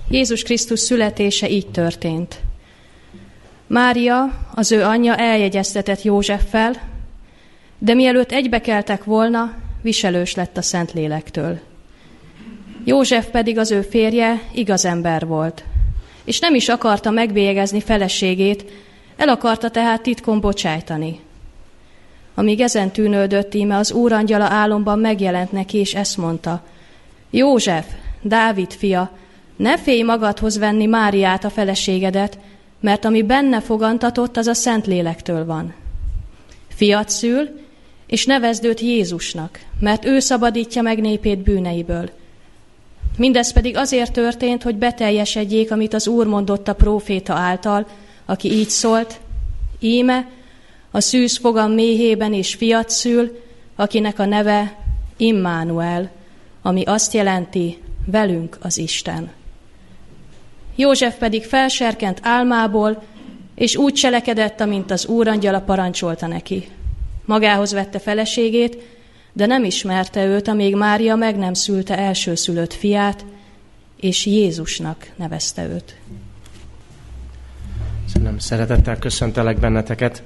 Jézus Krisztus születése így történt. Mária, az ő anyja eljegyeztetett Józseffel, de mielőtt egybekeltek volna, viselős lett a Szentlélektől. József pedig, az ő férje, igaz ember volt, és nem is akarta megbélyegezni feleségét, el akarta tehát titkon bocsájtani. Amíg ezen tűnődött, íme az úrangyala álomban megjelent neki, és ezt mondta: József, Dávid fia, ne félj magadhoz venni Máriát, a feleségedet, mert ami benne fogantatott, az a Szentlélektől van. Fiat szül, és nevezd őt Jézusnak, mert ő szabadítja meg népét bűneiből. Mindez pedig azért történt, hogy beteljesedjék, amit az Úr mondott a próféta által, aki így szólt: íme, a szűz fogam méhében is fiat szül, akinek a neve Immanuel, ami azt jelenti, velünk az Isten. József pedig felserkent álmából, és úgy cselekedett, amint az úrangyala parancsolta neki. Magához vette feleségét, de nem ismerte őt, amíg Mária meg nem szülte elsőszülött fiát, és Jézusnak nevezte őt. Köszönöm, szeretettel köszöntelek benneteket.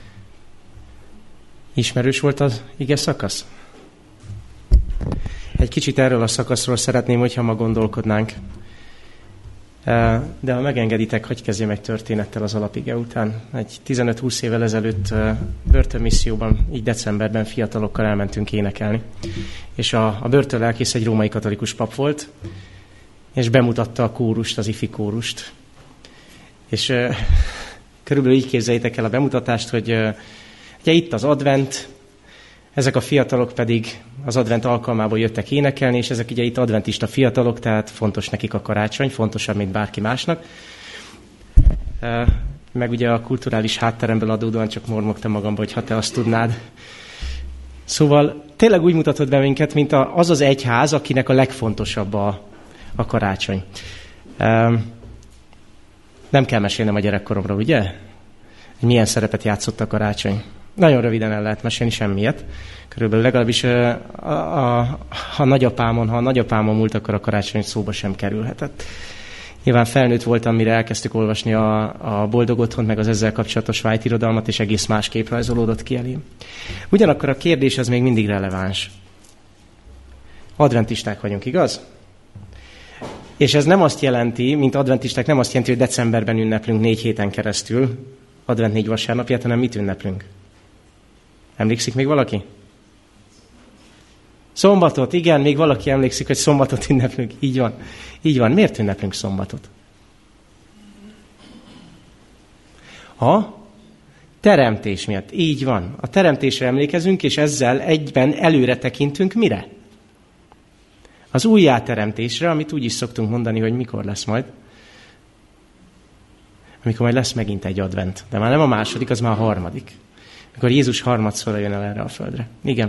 Ismerős volt az ige szakasz? Egy kicsit erről a szakaszról szeretném, hogyha ma gondolkodnánk. De ha megengeditek, hagyj kezdjem egy történettel az alapige után. Egy 15-20 évvel ezelőtt börtönmisszióban, így decemberben fiatalokkal elmentünk énekelni. És a börtönlelkész egy római katolikus pap volt, és bemutatta a kórust, az ifi kórust. És körülbelül így képzeljétek el a bemutatást, hogy ugye itt az advent, ezek a fiatalok pedig az advent alkalmából jöttek énekelni, és ezek ugye itt adventista fiatalok, tehát fontos nekik a karácsony, fontosabb, mint bárki másnak. Meg ugye a kulturális hátteremből adódóan csak mormogtam magamba, hogy ha te azt tudnád. Szóval tényleg úgy mutatod be minket, mint az az egyház, akinek a legfontosabb a karácsony. Nem kell mesélnem a gyerekkoromra, ugye? Milyen szerepet játszott a karácsony. Nagyon röviden el lehet mesélni, semmiet. Körülbelül legalábbis ha a nagyapámon múlt, akkor a karácsony szóba sem kerülhetett. Nyilván felnőtt voltam, mire elkezdtük olvasni a Boldog Otthont, meg az ezzel kapcsolatos vájtirodalmat, és egész másképp rajzolódott ki elém. Ugyanakkor a kérdés az még mindig releváns. Adventisták vagyunk, igaz? És ez nem azt jelenti, mint adventisták, nem azt jelenti, hogy decemberben ünneplünk 4 héten keresztül, advent 4 vasárnapját, hanem mit ünneplünk? Emlékszik még valaki? Szombatot, igen, még valaki emlékszik, hogy szombatot ünneplünk. Így van. Így van. Miért ünneplünk szombatot? A teremtés miatt. Így van. A teremtésre emlékezünk, és ezzel egyben előre tekintünk mire? Az újjáteremtésre, amit úgy is szoktunk mondani, hogy mikor lesz majd. Amikor majd lesz megint egy advent. De már nem a második, az már a harmadik. Amikor Jézus harmadszorra jön el erre a földre. Igen.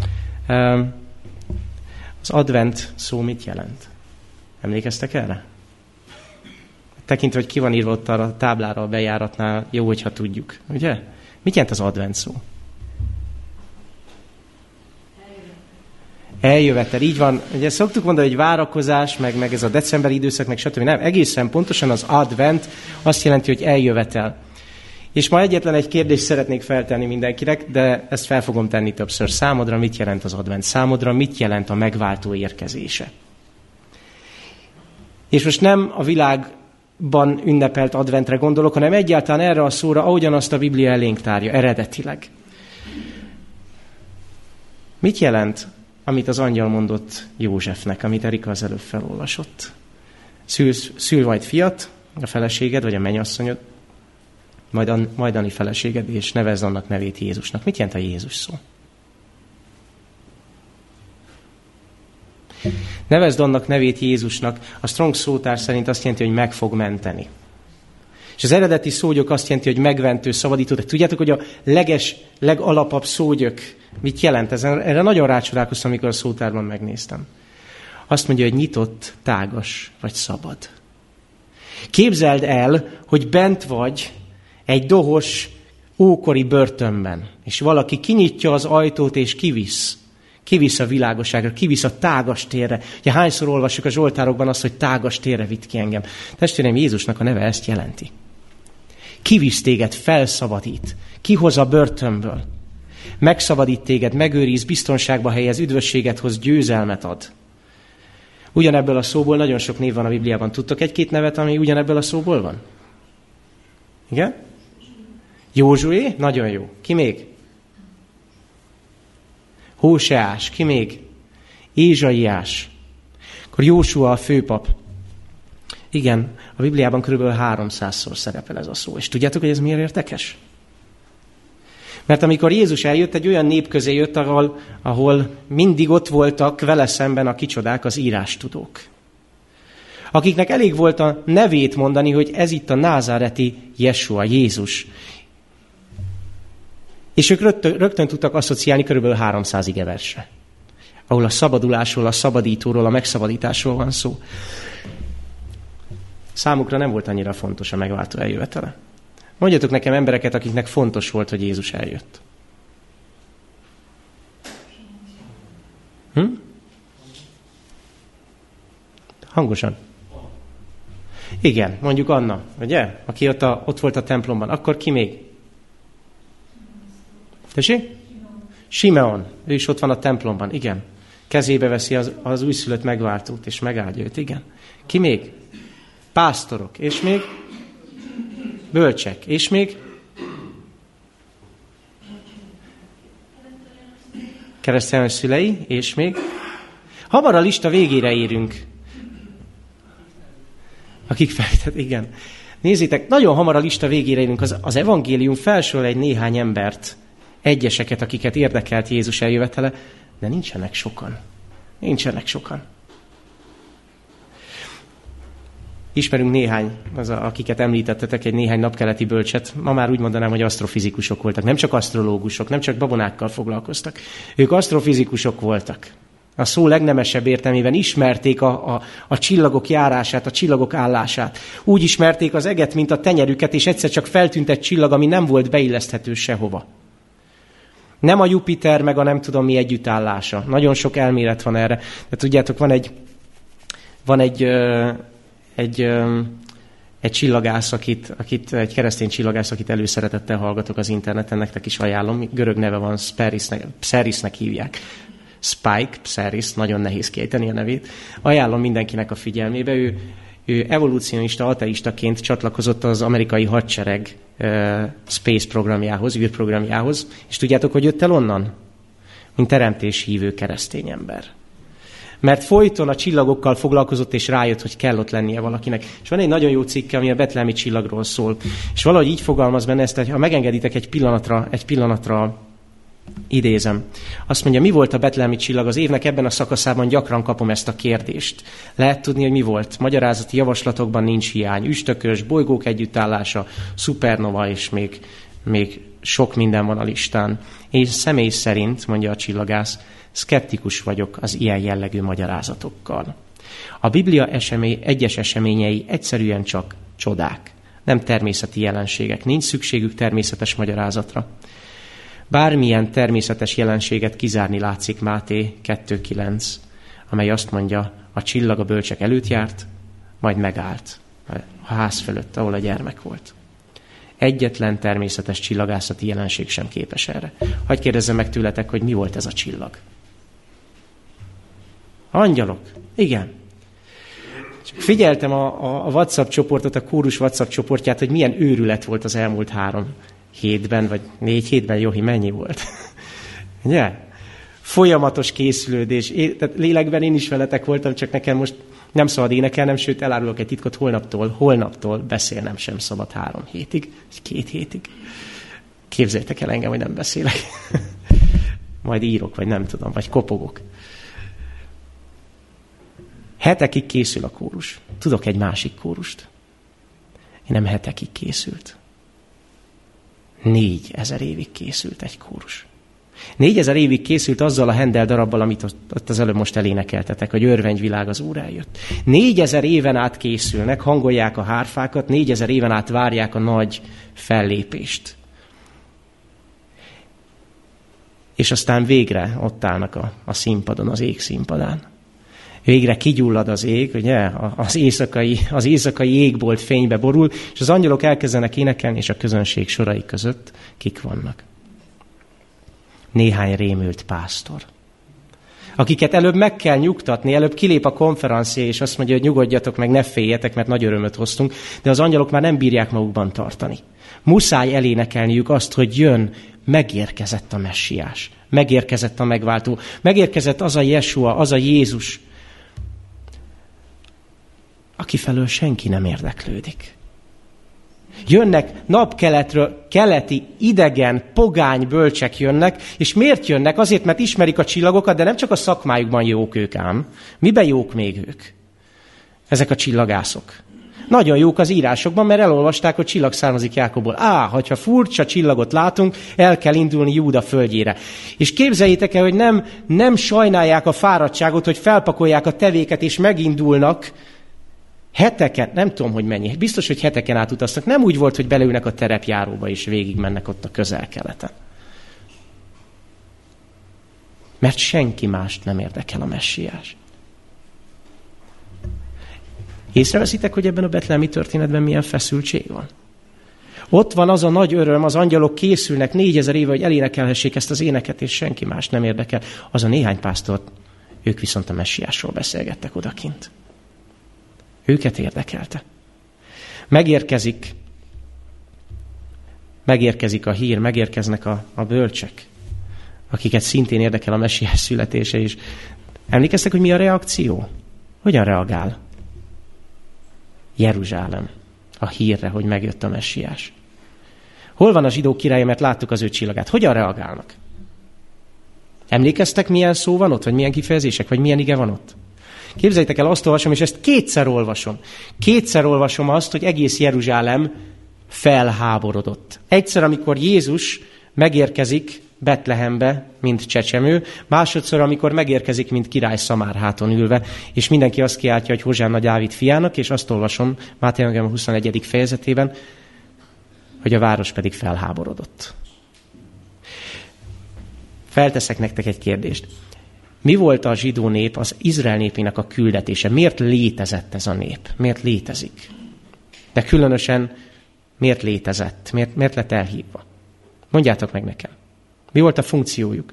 Az advent szó mit jelent? Emlékeztek erre? Tekintve, hogy ki van írva ott a táblára a bejáratnál, jó, hogyha tudjuk. Ugye? Mit jelent az advent szó? Eljövetel, így van. Ugye szoktuk mondani, hogy várakozás, meg ez a decemberi időszak, meg stb. Nem, egészen pontosan az advent azt jelenti, hogy eljövetel. És ma egyetlen egy kérdést szeretnék feltenni mindenkinek, de ezt fel fogom tenni többször. Számodra mit jelent az advent? Számodra mit jelent a megváltó érkezése? És most nem a világban ünnepelt adventre gondolok, hanem egyáltalán erre a szóra, ahogyan azt a Biblia elénk tárja, eredetileg. Mit jelent, amit az angyal mondott Józsefnek, amit Erika az előbb felolvasott? Szül majd fiat, a feleséged, vagy a mennyasszonyod, majdani feleséged, és nevezd annak nevét Jézusnak. Mit jelent a Jézus szó? Nevezd annak nevét Jézusnak, a Strong szótár szerint azt jelenti, hogy meg fog menteni. És az eredeti szógyök azt jelenti, hogy megmentő, szabadító. De tudjátok, hogy a legalapabb szógyök mit jelent? Erre nagyon rácsodálkoztam, amikor a szótárban megnéztem. Azt mondja, hogy nyitott, tágas vagy szabad. Képzeld el, hogy bent vagy egy dohos, ókori börtönben, és valaki kinyitja az ajtót és kivisz. Kivisz a világosságra, kivisz a tágas térre. Ugye hányszor olvassuk a Zsoltárokban azt, hogy tágas térre vitt ki engem. Testvérem, Jézusnak a neve ezt jelenti. Kivisz téged, felszabadít, kihoz a börtönből. Megszabadít téged, megőriz, biztonságba helyez, üdvösséget hoz, győzelmet ad. Ugyanebből a szóból nagyon sok név van a Bibliában. Tudtok egy-két nevet, ami ugyanebből a szóból van? Igen? Józsué? Nagyon jó. Ki még? Hóseás. Ki még? Ézsaiás. Akkor Jósua a főpap. Igen, a Bibliában kb. 300-szor szerepel ez a szó. És tudjátok, hogy ez miért érdekes? Mert amikor Jézus eljött, egy olyan nép közé jött, ahol mindig ott voltak vele szemben a kicsodák, az írástudók. Akiknek elég volt a nevét mondani, hogy ez itt a názáreti Jesua, Jézus. És ők rögtön tudtak asszociálni körülbelül 300 igeversre, ahol a szabadulásról, a szabadítóról, a megszabadításról van szó. Számukra nem volt annyira fontos a megváltó eljövetele. Mondjatok nekem embereket, akiknek fontos volt, hogy Jézus eljött. Hangosan. Igen, mondjuk Anna, ugye? Aki ott volt a templomban. Akkor ki még? Tessék? Simeon. Ő is ott van a templomban, igen. Kezébe veszi az újszülött megváltót, és megáldja őt, igen. Ki még? Pásztorok. És még? Bölcsek. És még? Keresztelmes szülei. És még? Hamar a lista végére érünk. Akik fejtett, igen. Nézzétek, nagyon hamar a lista végére érünk. Az evangélium felsorol egy néhány embert, egyeseket, akiket érdekelt Jézus eljövetele, de nincsenek sokan. Nincsenek sokan. Ismerünk néhány, akiket említettetek, egy néhány napkeleti bölcset. Ma már úgy mondanám, hogy asztrofizikusok voltak. Nem csak asztrológusok, nem csak babonákkal foglalkoztak. Ők asztrofizikusok voltak. A szó legnemesebb értelmében ismerték a csillagok járását, a csillagok állását. Úgy ismerték az eget, mint a tenyerüket, és egyszer csak feltűnt egy csillag, ami nem volt beilleszthető sehova. Nem a Jupiter, meg a nem tudom mi együttállása. Nagyon sok elmélet van erre. De tudjátok, van egy csillagász, egy keresztény csillagász, akit előszeretettel hallgatok az interneten, nektek is ajánlom. Görög neve van, Pserisnek hívják. Spike, Pseris, nagyon nehéz kiejteni a nevét. Ajánlom mindenkinek a figyelmébe. Ő evolúcionista, ateistaként csatlakozott az amerikai hadsereg space programjához, űrprogramjához. És tudjátok, hogy jött el onnan? Mint teremtéshívő keresztény ember. Mert folyton a csillagokkal foglalkozott, és rájött, hogy kell ott lennie valakinek. És van egy nagyon jó cikke, ami a betlehemi csillagról szól. És valahogy így fogalmaz benne ezt, hogy ha megengeditek egy pillanatra idézem. Azt mondja, mi volt a betlehemi csillag? Az évnek ebben a szakaszában gyakran kapom ezt a kérdést. Lehet tudni, hogy mi volt? Magyarázati javaslatokban nincs hiány. Üstökös, bolygók együttállása, szupernova, és még sok minden van a listán. És személy szerint, mondja a csillagász, szkeptikus vagyok az ilyen jellegű magyarázatokkal. A Biblia egyes eseményei egyszerűen csak csodák, nem természeti jelenségek. Nincs szükségük természetes magyarázatra. Bármilyen természetes jelenséget kizárni látszik Máté 2.9, amely azt mondja, a csillag a bölcsek előtt járt, majd megállt a ház fölött, ahol a gyermek volt. Egyetlen természetes csillagászati jelenség sem képes erre. Hadd kérdezzem meg tőletek, hogy mi volt ez a csillag? Angyalok. Igen. Csak figyeltem a WhatsApp csoportot, a kórus WhatsApp csoportját, hogy milyen őrület volt az elmúlt 3 hétben, vagy 4 hétben, Johi, mennyi volt? Ugye? Folyamatos készülődés. Tehát lélekben én is veletek voltam, csak nekem most nem szabad énekelnem, sőt elárulok egy titkot, holnaptól beszélnem sem szabad 3 hétig, 2 hétig. Képzeljétek el engem, hogy nem beszélek. Majd írok, vagy nem tudom, vagy kopogok. Hetekig készül a kórus. Tudok egy másik kórust. Nem hetekig készült. 4000 évig készült egy kórus. 4000 évig készült azzal a Handel darabbal, amit ott az előbb most elénekeltetek, hogy örvendvilág az Úr eljött. 4000 éven át készülnek, hangolják a hárfákat, 4000 éven át várják a nagy fellépést. És aztán végre ott állnak a színpadon, az ég színpadán. Végre kigyullad az ég, ugye, az éjszakai égbolt fénybe borul, és az angyalok elkezdenek énekelni, és a közönség sorai között kik vannak? Néhány rémült pásztor, akiket előbb meg kell nyugtatni, előbb kilép a konferencia, és azt mondja, hogy nyugodjatok meg, ne féljetek, mert nagy örömöt hoztunk, de az angyalok már nem bírják magukban tartani. Muszáj elénekelniük azt, hogy jön, megérkezett a messiás, megérkezett a megváltó, megérkezett az a Jesua, az a Jézus, aki felől senki nem érdeklődik. Jönnek napkeletről, keleti, idegen, pogány bölcsek jönnek, és miért jönnek? Azért, mert ismerik a csillagokat, de nem csak a szakmájukban jók ők ám. Miben jók még ők? Ezek a csillagászok. Nagyon jók az írásokban, mert elolvasták, hogy csillag származik Jákobból. Ha furcsa csillagot látunk, el kell indulni Júda földjére. És képzeljétek el, hogy nem sajnálják a fáradtságot, hogy felpakolják a tevéket, és megindulnak heteken, nem tudom, hogy mennyi, biztos, hogy heteken átutaztak. Nem úgy volt, hogy beleülnek a terepjáróba, és végigmennek ott a Közel-Keleten. Mert senki mást nem érdekel a messiás. Észreveszitek, hogy ebben a betlehemi történetben milyen feszültség van? Ott van az a nagy öröm, az angyalok készülnek 4000 éve, hogy elénekelhessék ezt az éneket, és senki más nem érdekel. Az a néhány pásztort, ők viszont a messiásról beszélgettek odakint. Őket érdekelte. Megérkezik a hír, megérkeznek a bölcsek, akiket szintén érdekel a messiás születése is. Emlékeztek, hogy mi a reakció? Hogyan reagál Jeruzsálem a hírre, hogy megjött a messiás? Hol van a zsidók királya, mert láttuk az ő csillagát? Hogyan reagálnak? Emlékeztek, milyen szó van ott, vagy milyen kifejezések, vagy milyen ige van ott? Képzeljétek el, azt olvasom, és ezt kétszer olvasom. Kétszer olvasom azt, hogy egész Jeruzsálem felháborodott. Egyszer, amikor Jézus megérkezik Betlehembe, mint csecsemő, másodszor, amikor megérkezik, mint király szamárháton ülve, és mindenki azt kiáltja, hogy Hozsánna Dávid fiának, és azt olvasom Máté evangélium 21. fejezetében, hogy a város pedig felháborodott. Felteszek nektek egy kérdést. Mi volt a zsidó nép, az Izrael népének a küldetése? Miért létezett ez a nép? Miért létezik? De különösen miért létezett? Miért lett elhívva? Mondjátok meg nekem. Mi volt a funkciójuk?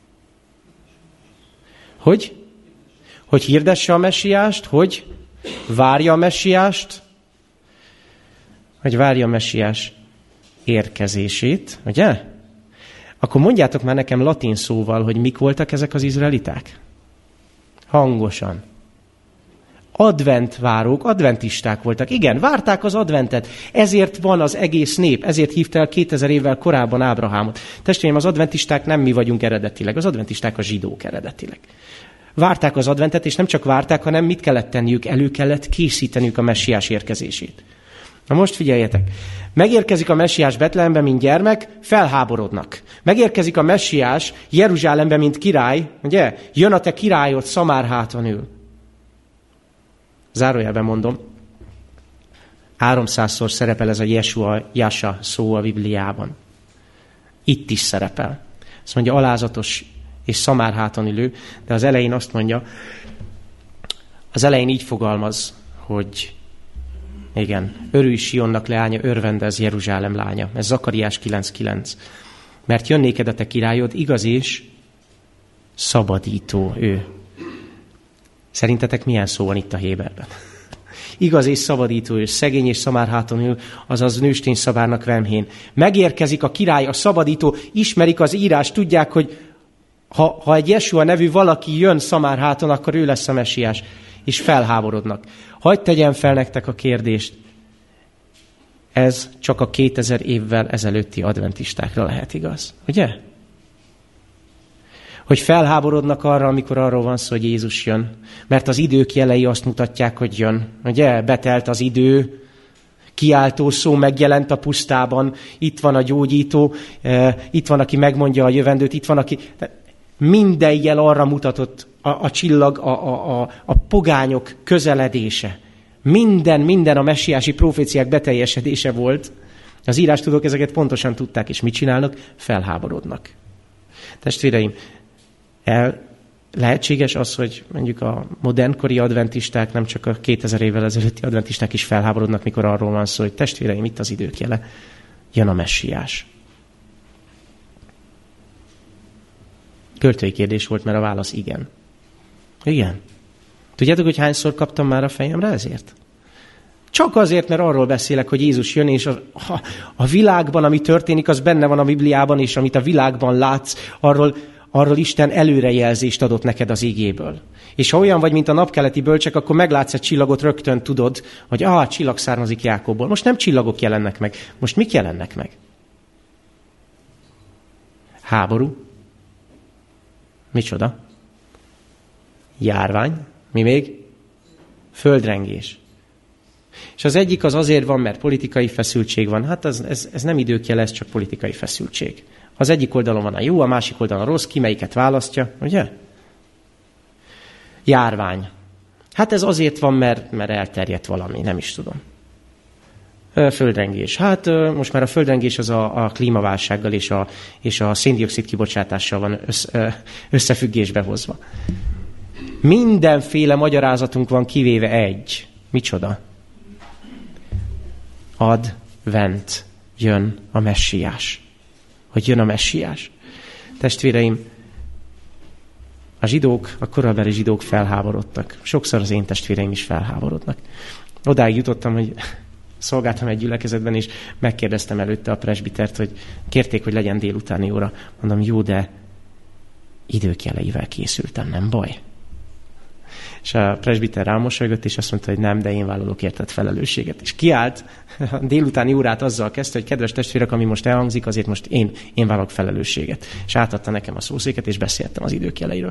Hogy? Hogy hirdesse a messiást? Hogy várja a messiást? Hogy várja a messiás érkezését, ugye? Akkor mondjátok már nekem latin szóval, hogy mik voltak ezek az izraeliták? Hangosan. Adventvárók, adventisták voltak. Igen, várták az adventet. Ezért van az egész nép. Ezért hívta el 2000 évvel korábban Ábrahámot. Testvéreim, az adventisták nem mi vagyunk eredetileg. Az adventisták a zsidók eredetileg. Várták az adventet, és nem csak várták, hanem mit kellett tenniük? Elő kellett készíteniük a messiás érkezését. Na most figyeljetek. Megérkezik a messiás Betlehembe, mint gyermek, felháborodnak. Megérkezik a messiás Jeruzsálembe, mint király, ugye? Jön a te királyod, szamárháton ül. Zárójelben mondom, 300-szor szerepel ez a Jesua, Jasa szó a Bibliában. Itt is szerepel. Azt mondja, alázatos és szamárháton ülő, de az elején azt mondja, az elején így fogalmaz, hogy igen, örülj Sionnak leánya, örvendez Jeruzsálem lánya. Ez Zakariás 9:9. Mert jön néked a te királyod, igaz és szabadító ő. Szerintetek milyen szó van itt a Héberben? Igaz és szabadító, és szegény és szamárháton ül, azaz nőstény szabárnak vemhén. Megérkezik a király, a szabadító, ismerik az írás, tudják, hogy ha egy Jesua nevű valaki jön szamárháton, akkor ő lesz a messiás, és felháborodnak. Hadd tegyem fel nektek a kérdést, ez csak a 2000 évvel ezelőtti adventistákra lehet igaz, ugye? Hogy felháborodnak arra, amikor arról van szó, hogy Jézus jön. Mert az idők jelei azt mutatják, hogy jön. Ugye? Betelt az idő, kiáltó szó megjelent a pusztában, itt van a gyógyító, itt van, aki megmondja a jövendőt, itt van, aki... Minden jel arra mutatott a csillag, a pogányok közeledése. Minden a messiási proféciák beteljesedése volt. Az írástudók ezeket pontosan tudták, és mit csinálnak? Felháborodnak. Testvéreim, lehetséges az, hogy mondjuk a modernkori adventisták, nem csak a 2000 évvel ezelőtti adventisták is felháborodnak, mikor arról van szó, hogy testvéreim, itt az idők jele, jön a messiás. Költői kérdés volt, mert a válasz igen. Igen. Tudjátok, hogy hányszor kaptam már a fejemre ezért? Csak azért, mert arról beszélek, hogy Jézus jön, és a világban, ami történik, az benne van a Bibliában, és amit a világban látsz, arról Isten előrejelzést adott neked az igéből. És ha olyan vagy, mint a napkeleti bölcsek, akkor meglátsz egy csillagot, rögtön tudod, hogy csillag származik Jákobból. Most nem csillagok jelennek meg. Most mik jelennek meg? Háború. Micsoda? Járvány. Mi még? Földrengés. És az egyik az azért van, mert politikai feszültség van. Hát ez nem időkjele, ez csak politikai feszültség. Az egyik oldalon van a jó, a másik oldalon a rossz, ki melyiket választja, ugye? Járvány. Hát ez azért van, mert elterjedt valami, nem is tudom. Földrengés. Hát most már a földrengés az a klímaválsággal és a széndioxid kibocsátással van összefüggésbe hozva. Mindenféle magyarázatunk van, kivéve egy. Micsoda? Advent. Jön a messiás. Hogy jön a messiás. Testvéreim, a zsidók, a korabeli zsidók felháborodtak. Sokszor az én testvéreim is felháborodnak. Odáig jutottam, hogy szolgáltam egy gyülekezetben, és megkérdeztem előtte a presbitert, hogy kérték, hogy legyen délutáni óra. Mondom, jó, de időkjeleivel készültem, nem baj? És a presbiter rámosolygott, és azt mondta, hogy nem, de én vállalok érted felelősséget. És kiállt, a délutáni órát azzal kezdte, hogy kedves testvérek, ami most elhangzik, azért most én vállalok felelősséget. És átadta nekem a szószéket, és beszéltem az időkjeleiről.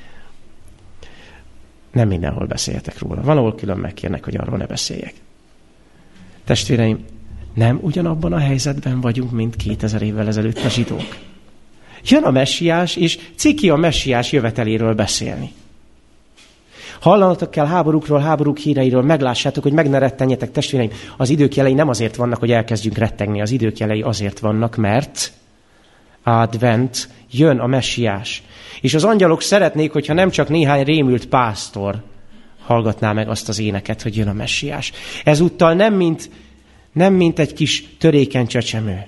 Nem mindenhol beszéljetek róla. Valahol külön megkérnek, hogy arról ne beszéljek. Testvéreim, nem ugyanabban a helyzetben vagyunk, mint 2000 évvel ezelőtt a zsidók. Jön a messiás, és ciki a messiás jöveteléről beszélni. Hallanatok kell háborúkról, háborúk híreiről, meglássátok, hogy meg ne rettenjetek, testvéreim. Az idők jelei nem azért vannak, hogy elkezdjünk rettegni. Az idők jelei azért vannak, mert advent, jön a messiás. És az angyalok szeretnék, hogyha nem csak néhány rémült pásztor hallgatná meg azt az éneket, hogy jön a messiás. Ezúttal nem mint egy kis törékeny csecsemő.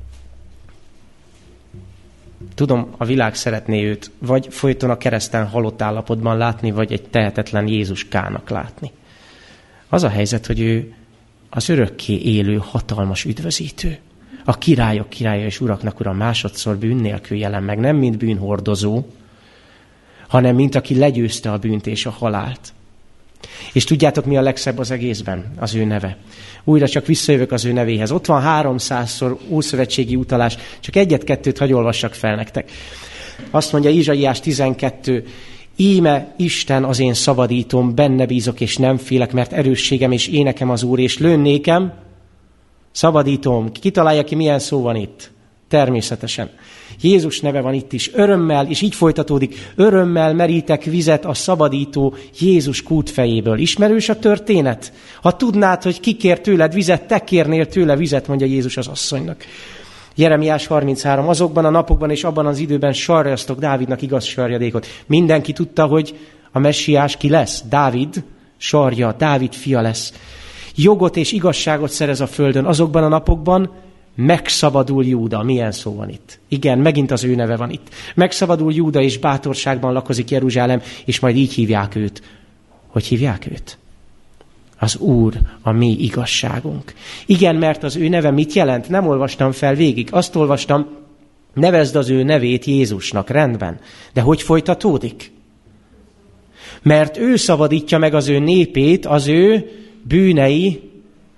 Tudom, a világ szeretné őt vagy folyton a kereszten halott állapotban látni, vagy egy tehetetlen Jézuskának látni. Az a helyzet, hogy ő az örökké élő, hatalmas üdvözítő. A királyok királya és uraknak ura másodszor bűn nélkül jelen meg, nem mint bűnhordozó, hanem mint aki legyőzte a bűnt és a halált. És tudjátok, mi a legszebb az egészben? Az ő neve. Újra csak visszajövök az ő nevéhez. Ott van 300-szor ószövetségi utalás, csak egyet-kettőt hagy olvassak fel nektek. Azt mondja Izsaiás 12, íme Isten az én szabadítóm, benne bízok és nem félek, mert erősségem és énekem az Úr, és lőnnékem, szabadítóm. Ki találja ki, milyen szó van itt? Természetesen. Jézus neve van itt is. Örömmel, és így folytatódik, örömmel merítek vizet a szabadító Jézus kútfejéből. Ismerős a történet? Ha tudnád, hogy ki kér tőled vizet, te kérnél tőle vizet, mondja Jézus az asszonynak. Jeremiás 33, azokban a napokban és abban az időben sarjaztok Dávidnak igaz sarjadékot. Mindenki tudta, hogy a messiás ki lesz? Dávid sarja, Dávid fia lesz. Jogot és igazságot szerez a földön. Azokban a napokban megszabadul Júda. Milyen szó van itt? Igen, megint az ő neve van itt. Megszabadul Júda, és bátorságban lakozik Jeruzsálem, és majd így hívják őt. Hogy hívják őt? Az Úr, a mi igazságunk. Igen, mert az ő neve mit jelent? Nem olvastam fel végig. Azt olvastam, nevezd az ő nevét Jézusnak. Rendben. De hogy folytatódik? Mert ő szabadítja meg az ő népét, az ő bűnei.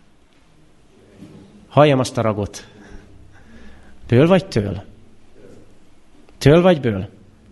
Halljam azt a ragot. Ből vagy től? Től vagy ből?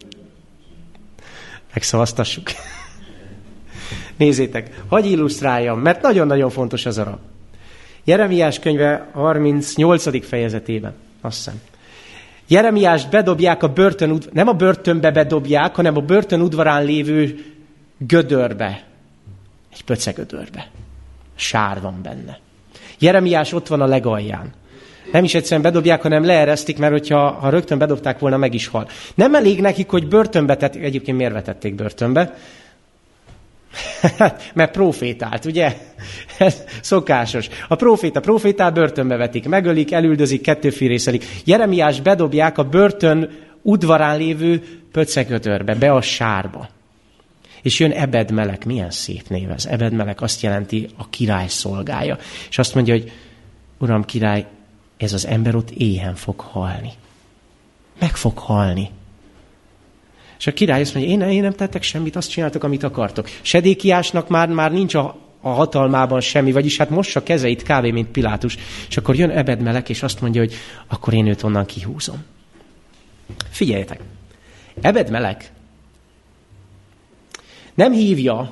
Megszavaztassuk. Nézzétek, hagyj illusztráljam, mert nagyon-nagyon fontos az a rag. Jeremiás könyve 38. fejezetében, azt hiszem. Jeremiást bedobják a nem a börtönbe bedobják, hanem a börtön udvarán lévő gödörbe. Egy pöcegödörbe. Sár van benne. Jeremiás ott van a legalján. Nem is egyszerűen bedobják, hanem leeresztik, mert hogyha rögtön bedobták volna, meg is hal. Nem elég nekik, hogy börtönbe tették. Egyébként miért vetették börtönbe? Mert profétált, ugye? Ez szokásos. A profétál, börtönbe vetik, megölik, elüldözik, kettőfirészelik. Jeremiás bedobják a börtön udvarán lévő pöcegödörbe, be a sárba. És jön Ebed-melek, milyen szép név ez. Ebed-melek azt jelenti a király szolgája. És azt mondja, hogy Uram király, ez az ember ott éhen fog halni. Meg fog halni. És a király azt mondja, én nem tettek semmit, azt csináltok, amit akartok. Sedékiásnak már nincs a hatalmában semmi, vagyis hát mossa kezeit kb. Mint Pilátus. És akkor jön Ebed-melek, és azt mondja, hogy akkor én őt onnan kihúzom. Figyeljetek, Ebed-melek nem hívja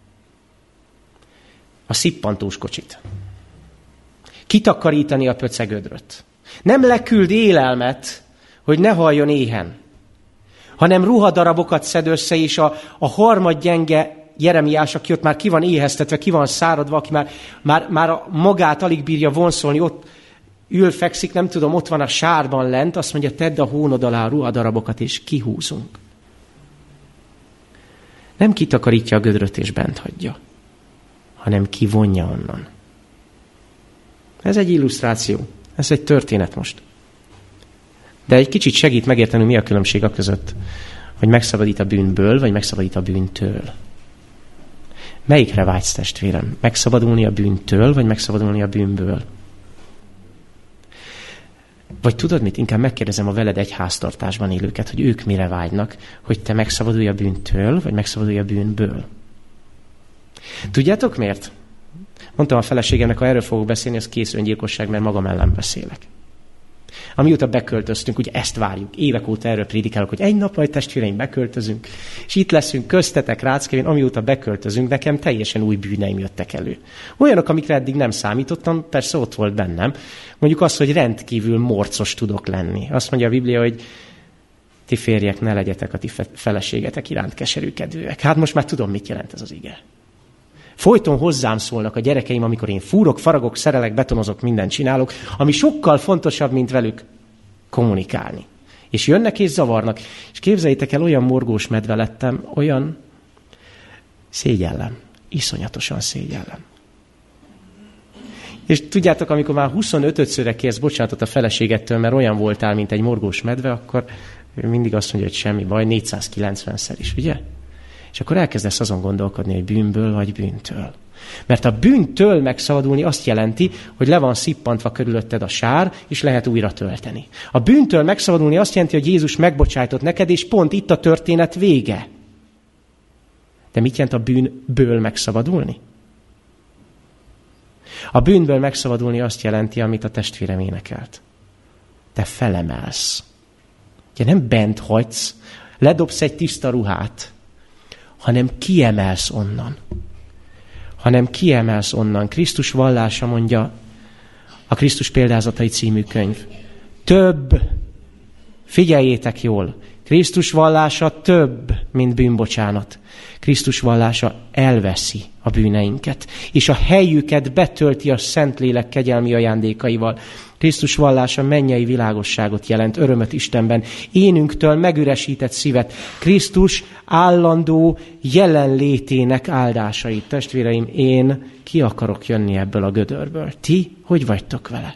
a szippantós kocsit. Kitakarítani a pöcegödröt. Nem leküld élelmet, hogy ne haljon éhen, hanem ruhadarabokat szed össze, és a harmadgyenge Jeremiás, aki ott már ki van éheztetve, ki van száradva, aki már a magát alig bírja vonszolni, ott ül, fekszik, nem tudom, ott van a sárban lent, azt mondja, tedd a hónod alá a ruhadarabokat, és kihúzunk. Nem kitakarítja a gödröt és bent hagyja, hanem kivonja onnan. Ez egy illusztráció, ez egy történet most. De egy kicsit segít megérteni, mi a különbség a között, hogy megszabadít a bűnből, vagy megszabadít a bűntől. Melyikre vágysz, testvérem? Megszabadulni a bűntől, vagy megszabadulni a bűnből? Vagy tudod mit? Inkább megkérdezem a veled egy háztartásban élőket, hogy ők mire vágynak, hogy te megszabadulj a bűntől, vagy megszabadulj a bűnből. Tudjátok miért? Mondtam a feleségemnek, ha erről fogok beszélni, az kész öngyilkosság, mert magam ellen beszélek. Amióta beköltöztünk, ugye ezt várjuk. Évek óta erről prédikálok, hogy egy nap majd testvéreim beköltözünk, és itt leszünk köztetek, Ráckevén, amióta beköltözünk, nekem teljesen új bűneim jöttek elő. Olyanok, amikre eddig nem számítottam, persze ott volt bennem. Mondjuk az, hogy rendkívül morcos tudok lenni. Azt mondja a Biblia, hogy ti férjek, ne legyetek a ti feleségetek iránt keserűkedőek. Hát most már tudom, mit jelent ez az ige. Folyton hozzám szólnak a gyerekeim, amikor én fúrok, faragok, szerelek, betonozok, mindent csinálok, ami sokkal fontosabb, mint velük kommunikálni. És jönnek és zavarnak. És képzeljétek el, olyan morgós medve lettem, olyan szégyellem. Iszonyatosan szégyellem. És tudjátok, amikor már 25-szörre kérsz bocsánatot a feleségettől, mert olyan voltál, mint egy morgós medve, akkor mindig azt mondja, hogy semmi baj, 490-szer is, ugye? És akkor elkezdesz azon gondolkodni, hogy bűnből vagy bűntől. Mert a bűntől megszabadulni azt jelenti, hogy le van szippantva körülötted a sár, és lehet újra tölteni. A bűntől megszabadulni azt jelenti, hogy Jézus megbocsájtott neked, és pont itt a történet vége. De mit jelent a bűnből megszabadulni? A bűnből megszabadulni azt jelenti, amit a testvérem énekelt. Te felemelsz. Ugye nem bent hagysz, ledobsz egy tiszta ruhát, hanem kiemelsz onnan. Krisztus vallása, mondja a Krisztus példázatai című könyv. Több, figyeljétek jól, Krisztus vallása több, mint bűnbocsánat. Krisztus vallása elveszi a bűneinket, és a helyüket betölti a Szentlélek kegyelmi ajándékaival. Krisztus vallása mennyei világosságot jelent, örömöt Istenben, énünktől megüresített szívet, Krisztus állandó jelenlétének áldásait. Testvéreim, én ki akarok jönni ebből a gödörből. Ti hogy vagytok vele?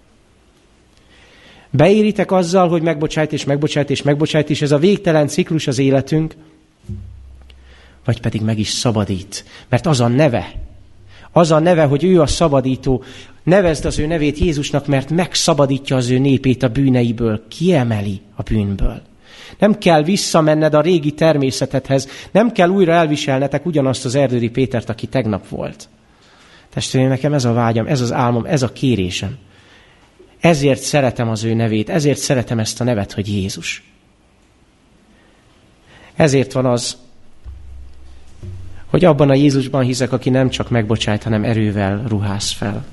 Beéritek azzal, hogy megbocsájt, és ez a végtelen ciklus az életünk, vagy pedig meg is szabadít. Mert az a neve, hogy ő a szabadító, nevezd az ő nevét Jézusnak, mert megszabadítja az ő népét a bűneiből, kiemeli a bűnből. Nem kell visszamenned a régi természetedhez, nem kell újra elviselnetek ugyanazt az Erdődi Pétert, aki tegnap volt. Testvérem, nekem ez a vágyam, ez az álmom, ez a kérésem. Ezért szeretem az ő nevét, ezért szeretem ezt a nevet, hogy Jézus. Ezért van az, hogy abban a Jézusban hiszek, aki nem csak megbocsájt, hanem erővel ruház fel.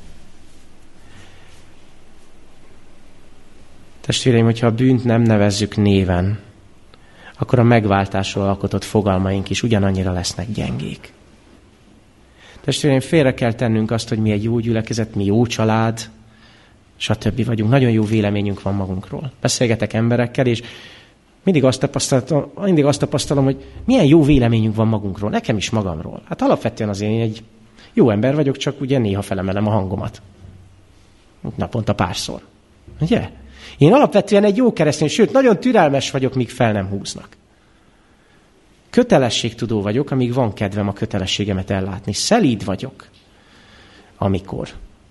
Testvéreim, hogyha a bűnt nem nevezzük néven, akkor a megváltásról alkotott fogalmaink is ugyanannyira lesznek gyengék. Testvéreim, félre kell tennünk azt, hogy mi egy jó gyülekezet, mi jó család, stb. Vagyunk. Nagyon jó véleményünk van magunkról. Beszélgetek emberekkel, és mindig azt tapasztalom, hogy milyen jó véleményünk van magunkról, nekem is magamról. Hát alapvetően azért én egy jó ember vagyok, csak ugye néha felemelem a hangomat. Naponta párszor. Ugye? Én alapvetően egy jó keresztény, sőt, nagyon türelmes vagyok, míg fel nem húznak. Kötelességtudó vagyok, amíg van kedvem a kötelességemet ellátni. Szelíd vagyok, amikor.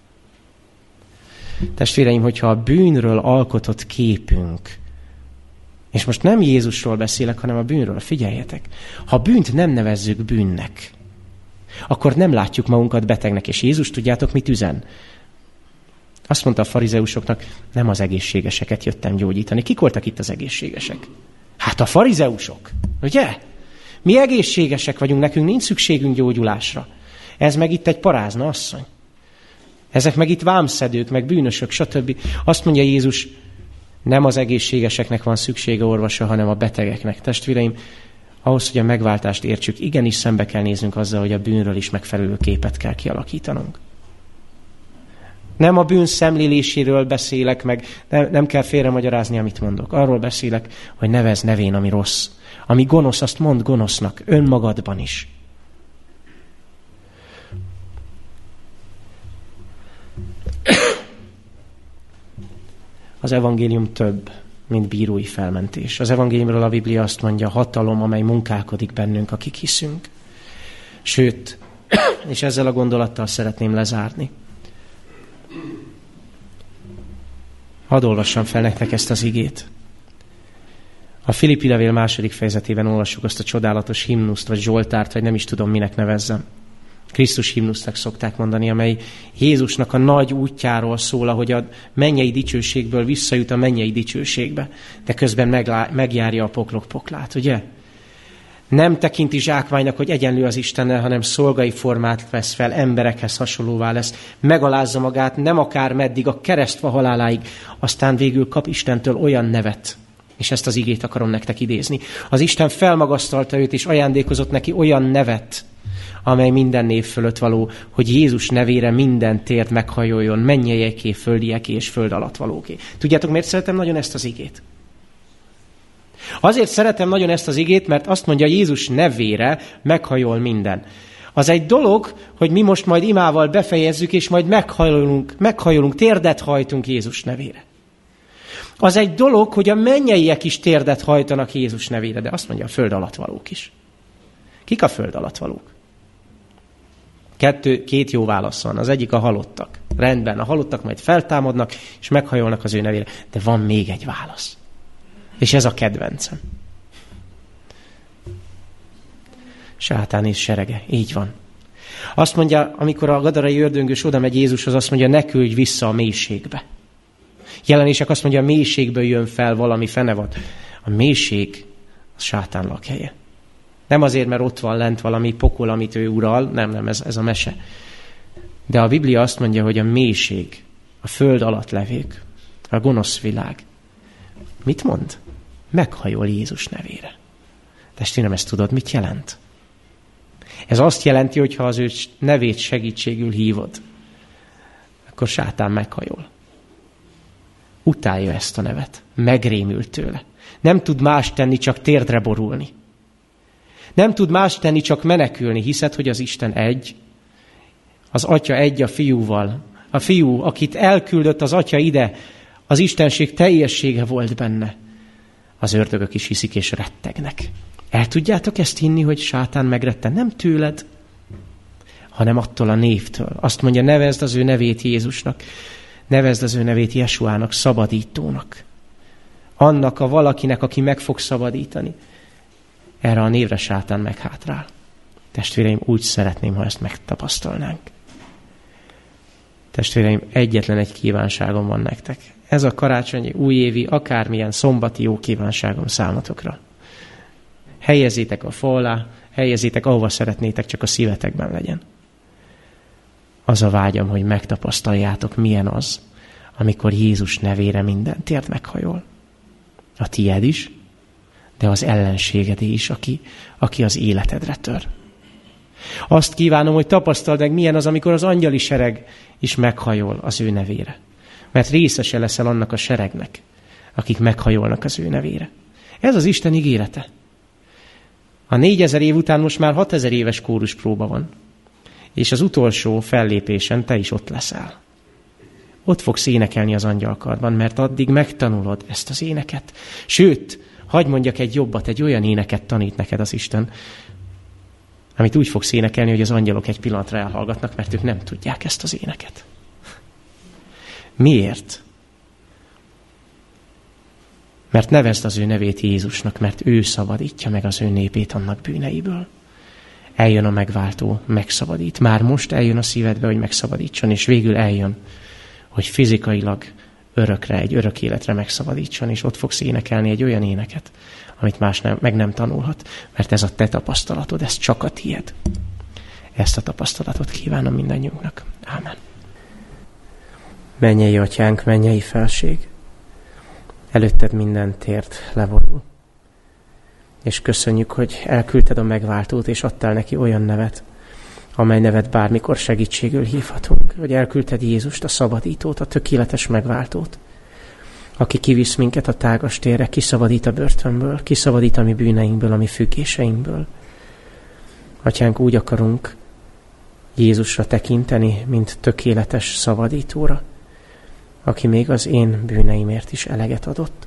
Testvéreim, hogyha a bűnről alkotott képünk, és most nem Jézusról beszélek, hanem a bűnről, figyeljetek. Ha bűnt nem nevezzük bűnnek, akkor nem látjuk magunkat betegnek, és Jézus, tudjátok, mit üzen? Azt mondta a farizeusoknak, nem az egészségeseket jöttem gyógyítani. Kik voltak itt az egészségesek? Hát a farizeusok, ugye? Mi egészségesek vagyunk, nekünk nincs szükségünk gyógyulásra. Ez meg itt egy parázna asszony. Ezek meg itt vámszedők, meg bűnösök, stb. Azt mondja Jézus, nem az egészségeseknek van szüksége orvosra, hanem a betegeknek. Testvéreim, ahhoz, hogy a megváltást értsük, igenis szembe kell néznünk azzal, hogy a bűnről is megfelelő képet kell kialakítanunk. Nem a bűn szemléléséről beszélek, meg nem kell félremagyarázni, amit mondok. Arról beszélek, hogy nevezd nevén, ami rossz. Ami gonosz, azt mondd gonosznak, önmagadban is. Az evangélium több, mint bírói felmentés. Az evangéliumról a Biblia azt mondja, hatalom, amely munkálkodik bennünk, akik hiszünk. Sőt, és ezzel a gondolattal szeretném lezárni. Hadd olvassam fel nektek ezt az igét. A Filippi levél 2. fejezetében olvassuk azt a csodálatos himnuszt, vagy zsoltárt, vagy nem is tudom, minek nevezzem. Krisztus himnusznak szokták mondani, amely Jézusnak a nagy útjáról szól, ahogy a mennyei dicsőségből visszajut a mennyei dicsőségbe, de közben megjárja a poklok poklát, ugye? Nem tekinti zsákmánynak, hogy egyenlő az Istennel, hanem szolgai formát vesz fel, emberekhez hasonlóvá lesz, megalázza magát, nem akár meddig, a keresztfa haláláig, aztán végül kap Istentől olyan nevet, és ezt az igét akarom nektek idézni. Az Isten felmagasztalta őt, és ajándékozott neki olyan nevet, amely minden név fölött való, hogy Jézus nevére minden tért meghajoljon, mennyeieké, földieké és föld alatt valóké. Tudjátok, miért szeretem nagyon ezt az igét? Azért szeretem nagyon ezt az igét, mert azt mondja, Jézus nevére meghajol minden. Az egy dolog, hogy mi most majd imával befejezzük, és majd meghajolunk, térdet hajtunk Jézus nevére. Az egy dolog, hogy a mennyeiek is térdet hajtanak Jézus nevére, de azt mondja, a föld alatt valók is. Kik a föld alatt valók? Két jó válasz van. Az egyik a halottak. Rendben, a halottak majd feltámadnak, és meghajolnak az ő nevére. De van még egy válasz. És ez a kedvencem. Sátán és serege. Így van. Azt mondja, amikor a gadarai ördöngős oda megy Jézushoz, azt mondja, ne küldj vissza a mélységbe. Jelenések azt mondja, a mélységből jön fel valami fenevad. A mélység az Sátán lakhelye. Nem azért, mert ott van lent valami pokol, amit ő ural, nem, ez a mese. De a Biblia azt mondja, hogy a mélység, a föld alatt levők, a gonosz világ. Mit mond? Meghajol Jézus nevére. Testvérem, ezt tudod, mit jelent? Ez azt jelenti, hogy ha az ő nevét segítségül hívod, akkor Sátán meghajol. Utálja ezt a nevet. Megrémült tőle. Nem tud más tenni, csak térdre borulni. Nem tud más tenni, csak menekülni. Hiszed, hogy az Isten egy? Az Atya egy a Fiúval. A Fiú, akit elküldött az Atya ide, az Istenség teljessége volt benne. Az ördögök is hiszik és rettegnek. El tudjátok ezt hinni, hogy Sátán megretten? Nem tőled, hanem attól a névtől. Azt mondja, nevezd az ő nevét Jézusnak. Nevezd az ő nevét Jesuának, szabadítónak. Annak a valakinek, aki meg fog szabadítani. Erre a névre Sátán meghátrál. Testvéreim, úgy szeretném, ha ezt megtapasztalnánk. Testvéreim, egyetlen egy kívánságom van nektek. Ez a karácsonyi, újévi, akármilyen szombati jó kívánságom számotokra. Helyezzétek a fa alá, helyezzétek, ahova szeretnétek, csak a szívetekben legyen. Az a vágyam, hogy megtapasztaljátok, milyen az, amikor Jézus nevére minden térd meghajol. A tied is, de az ellenségedé is, aki az életedre tör. Azt kívánom, hogy tapasztald meg, milyen az, amikor az angyali sereg is meghajol az ő nevére. mert részese leszel annak a seregnek, akik meghajolnak az ő nevére. Ez az Isten ígérete. A 4000 év után most már 6000 éves kóruspróba van. És az utolsó fellépésen te is ott leszel. Ott fogsz énekelni az angyalkarban, mert addig megtanulod ezt az éneket. Sőt, hadd mondjak egy jobbat, egy olyan éneket tanít neked az Isten, amit úgy fogsz énekelni, hogy az angyalok egy pillanatra elhallgatnak, mert ők nem tudják ezt az éneket. Miért? Mert nevezd az ő nevét Jézusnak, mert ő szabadítja meg az ő népét annak bűneiből. Eljön a megváltó, megszabadít. Már most eljön a szívedbe, hogy megszabadítson, és végül eljön, hogy fizikailag örökre, egy örök életre megszabadítson, és ott fogsz énekelni egy olyan éneket, amit más meg nem tanulhat, mert ez a te tapasztalatod, ez csak a tied. Ezt a tapasztalatot kívánom mindannyiunknak. Ámen. Mennyei Atyánk, mennyei felség, előtted minden tért leborul. És köszönjük, hogy elküldted a megváltót, és adtál neki olyan nevet, amely nevet bármikor segítségül hívhatunk. Hogy elküldted Jézust, a szabadítót, a tökéletes megváltót, aki kivisz minket a tágas térre, kiszabadít a börtönből, kiszabadít a mi bűneinkből, a mi függéseinkből. Atyánk, úgy akarunk Jézusra tekinteni, mint tökéletes szabadítóra, aki még az én bűneimért is eleget adott.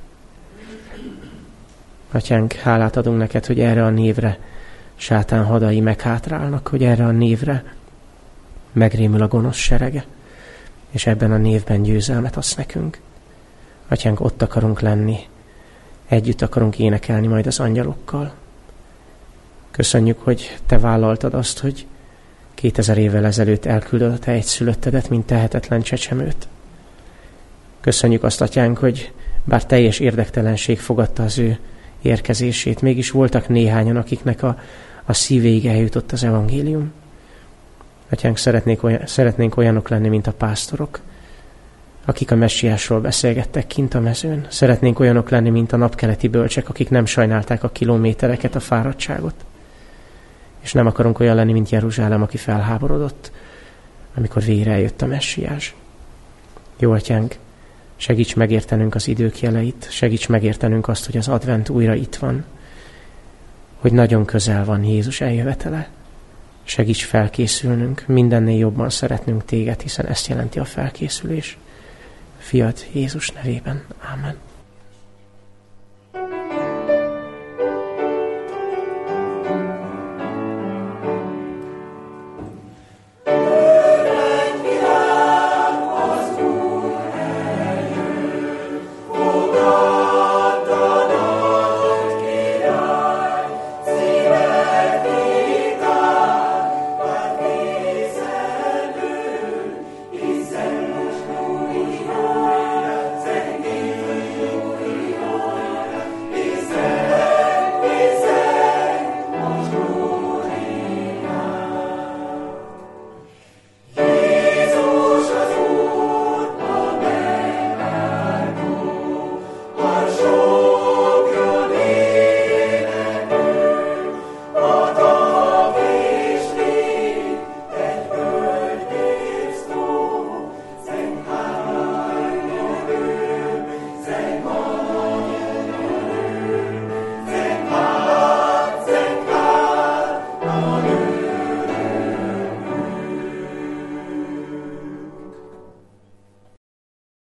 Atyánk, hálát adunk neked, hogy erre a névre sátán hadai meghátrálnak, hogy erre a névre megrémül a gonosz serege, és ebben a névben győzelmet adsz nekünk. Atyánk, ott akarunk lenni, együtt akarunk énekelni majd az angyalokkal. Köszönjük, hogy te vállaltad azt, hogy 2000 évvel ezelőtt elküldöd a te egyszülöttedet, mint tehetetlen csecsemőt. Köszönjük azt, Atyánk, hogy bár teljes érdektelenség fogadta az ő érkezését, mégis voltak néhányan, akiknek a szívéig eljutott az evangélium. Atyánk, szeretnénk olyanok lenni, mint a pásztorok, akik a messiásról beszélgettek kint a mezőn. Szeretnénk olyanok lenni, mint a napkeleti bölcsek, akik nem sajnálták a kilométereket, a fáradtságot. És nem akarunk olyan lenni, mint Jeruzsálem, aki felháborodott, amikor végre eljött a messiás. Jó Atyánk, segíts megértenünk az idők jeleit, segíts megértenünk azt, hogy az advent újra itt van, hogy nagyon közel van Jézus eljövetele. Segíts felkészülnünk, mindennél jobban szeretnünk téged, hiszen ezt jelenti a felkészülés. Fiad Jézus nevében. Ámen.